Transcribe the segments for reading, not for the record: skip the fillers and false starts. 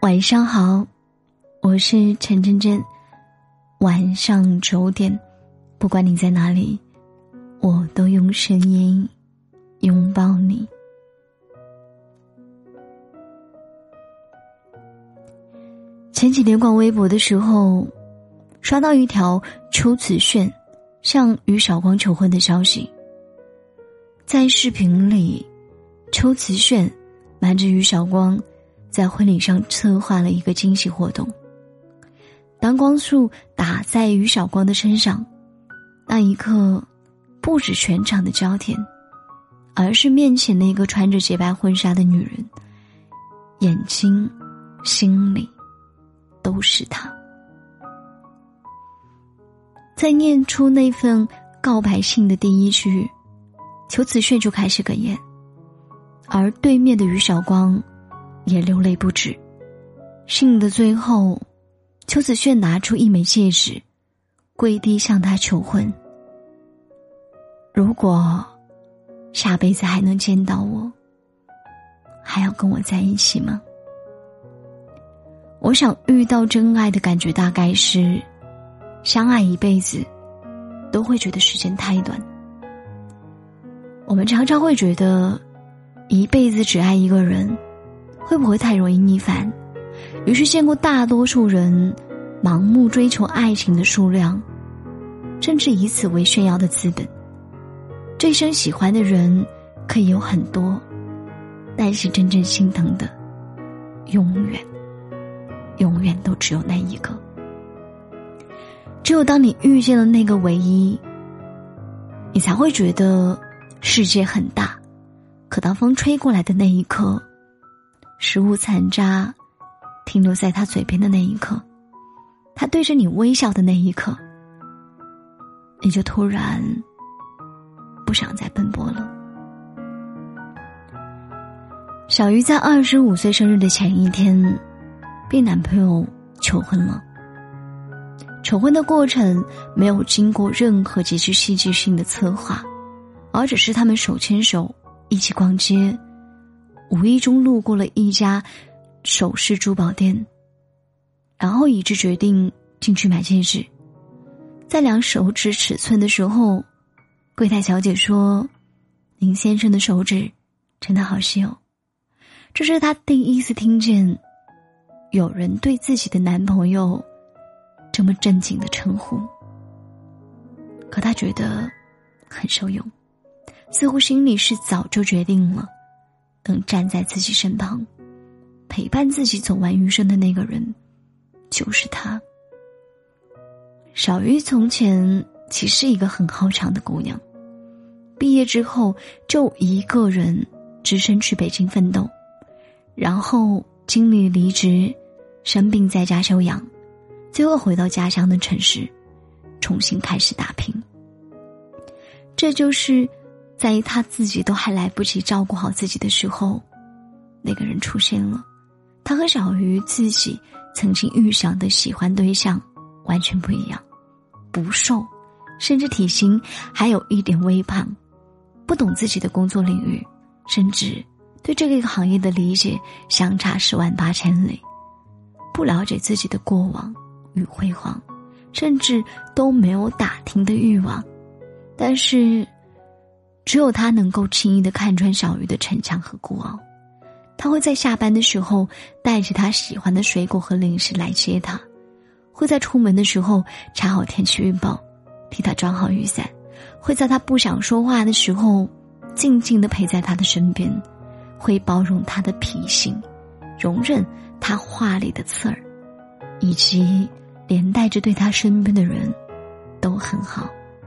晚上好，我是陈真真。晚上9点，不管你在哪里，我都用声音拥抱你。前几天逛微博的时候，刷到一条邱瓷炫向于晓光求婚的消息。在视频里，邱瓷炫瞒着于晓光在婚礼上策划了一个惊喜活动。当光束打在于晓光的身上，那一刻不止全场的焦点，而是面前那个穿着洁白婚纱的女人，眼睛心里都是她。在念出那份告白信的第一句，邱瓷炫就开始哽咽，而对面的于晓光也流泪不止。信的最后，邱瓷炫拿出一枚戒指，跪地向他求婚。如果下辈子还能见到我，还要跟我在一起吗？我想遇到真爱的感觉大概是，相爱一辈子都会觉得时间太短。我们常常会觉得一辈子只爱一个人会不会太容易腻烦，于是见过大多数人盲目追求爱情的数量，甚至以此为炫耀的资本。这生喜欢的人可以有很多，但是真正心疼的永远都只有那一个。只有当你遇见了那个唯一，你才会觉得世界很大，可当风吹过来的那一刻，食物残渣停留在他嘴边的那一刻，他对着你微笑的那一刻，你就突然不想再奔波了。小鱼在25岁生日的前一天被男朋友求婚了。求婚的过程没有经过任何极具戏剧性的策划，而只是他们手牵手一起逛街，无意中路过了一家首饰珠宝店，然后一致决定进去买戒指。在量手指尺寸的时候，柜台小姐说：“您先生的手指真的好细哦。”这是她第一次听见有人对自己的男朋友这么正经的称呼，可她觉得很受用，似乎心里是早就决定了，能站在自己身旁陪伴自己走完余生的那个人就是他。小鱼从前其实是一个很好强的姑娘，毕业之后就一个人只身去北京奋斗，然后经历离职，生病在家休养，最后回到家乡的城市重新开始打拼。这就是在他自己都还来不及照顾好自己的时候，那个人出现了。他和小鱼自己曾经预想的喜欢对象完全不一样，不瘦，甚至体型还有一点微胖，不懂自己的工作领域，甚至对这个行业的理解相差10万8千里，不了解自己的过往与辉煌，甚至都没有打听的欲望。但是只有他能够轻易地看穿小鱼的逞强和孤傲。他会在下班的时候带着他喜欢的水果和零食来接他，会在出门的时候查好天气预报，替他装好雨伞，会在他不想说话的时候静静地陪在他的身边，会包容他的脾性，容忍他话里的刺儿，以及连带着对他身边的人都很好。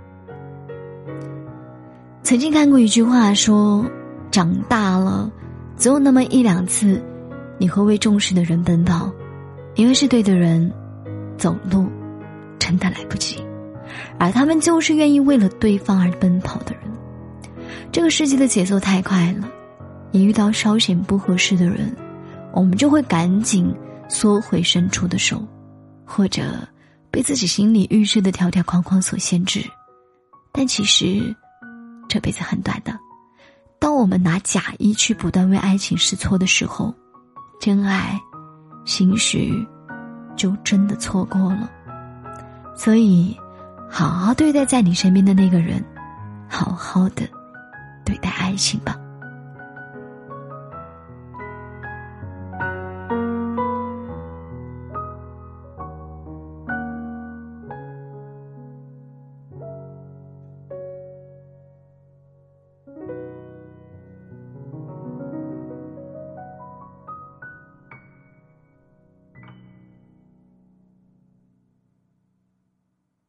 曾经看过一句话说，长大了总有那么1-2次你会为重视的人奔跑，因为是对的人，走路真的来不及，而他们就是愿意为了对方而奔跑的人。这个世界的节奏太快了，一遇到稍显不合适的人，我们就会赶紧缩回伸出的手，或者被自己心里预设的条条框框所限制。但其实这辈子很短的，当我们拿假意去不断为爱情试错的时候，真爱兴许就真的错过了。所以好好对待在你身边的那个人，好好的对待爱情吧。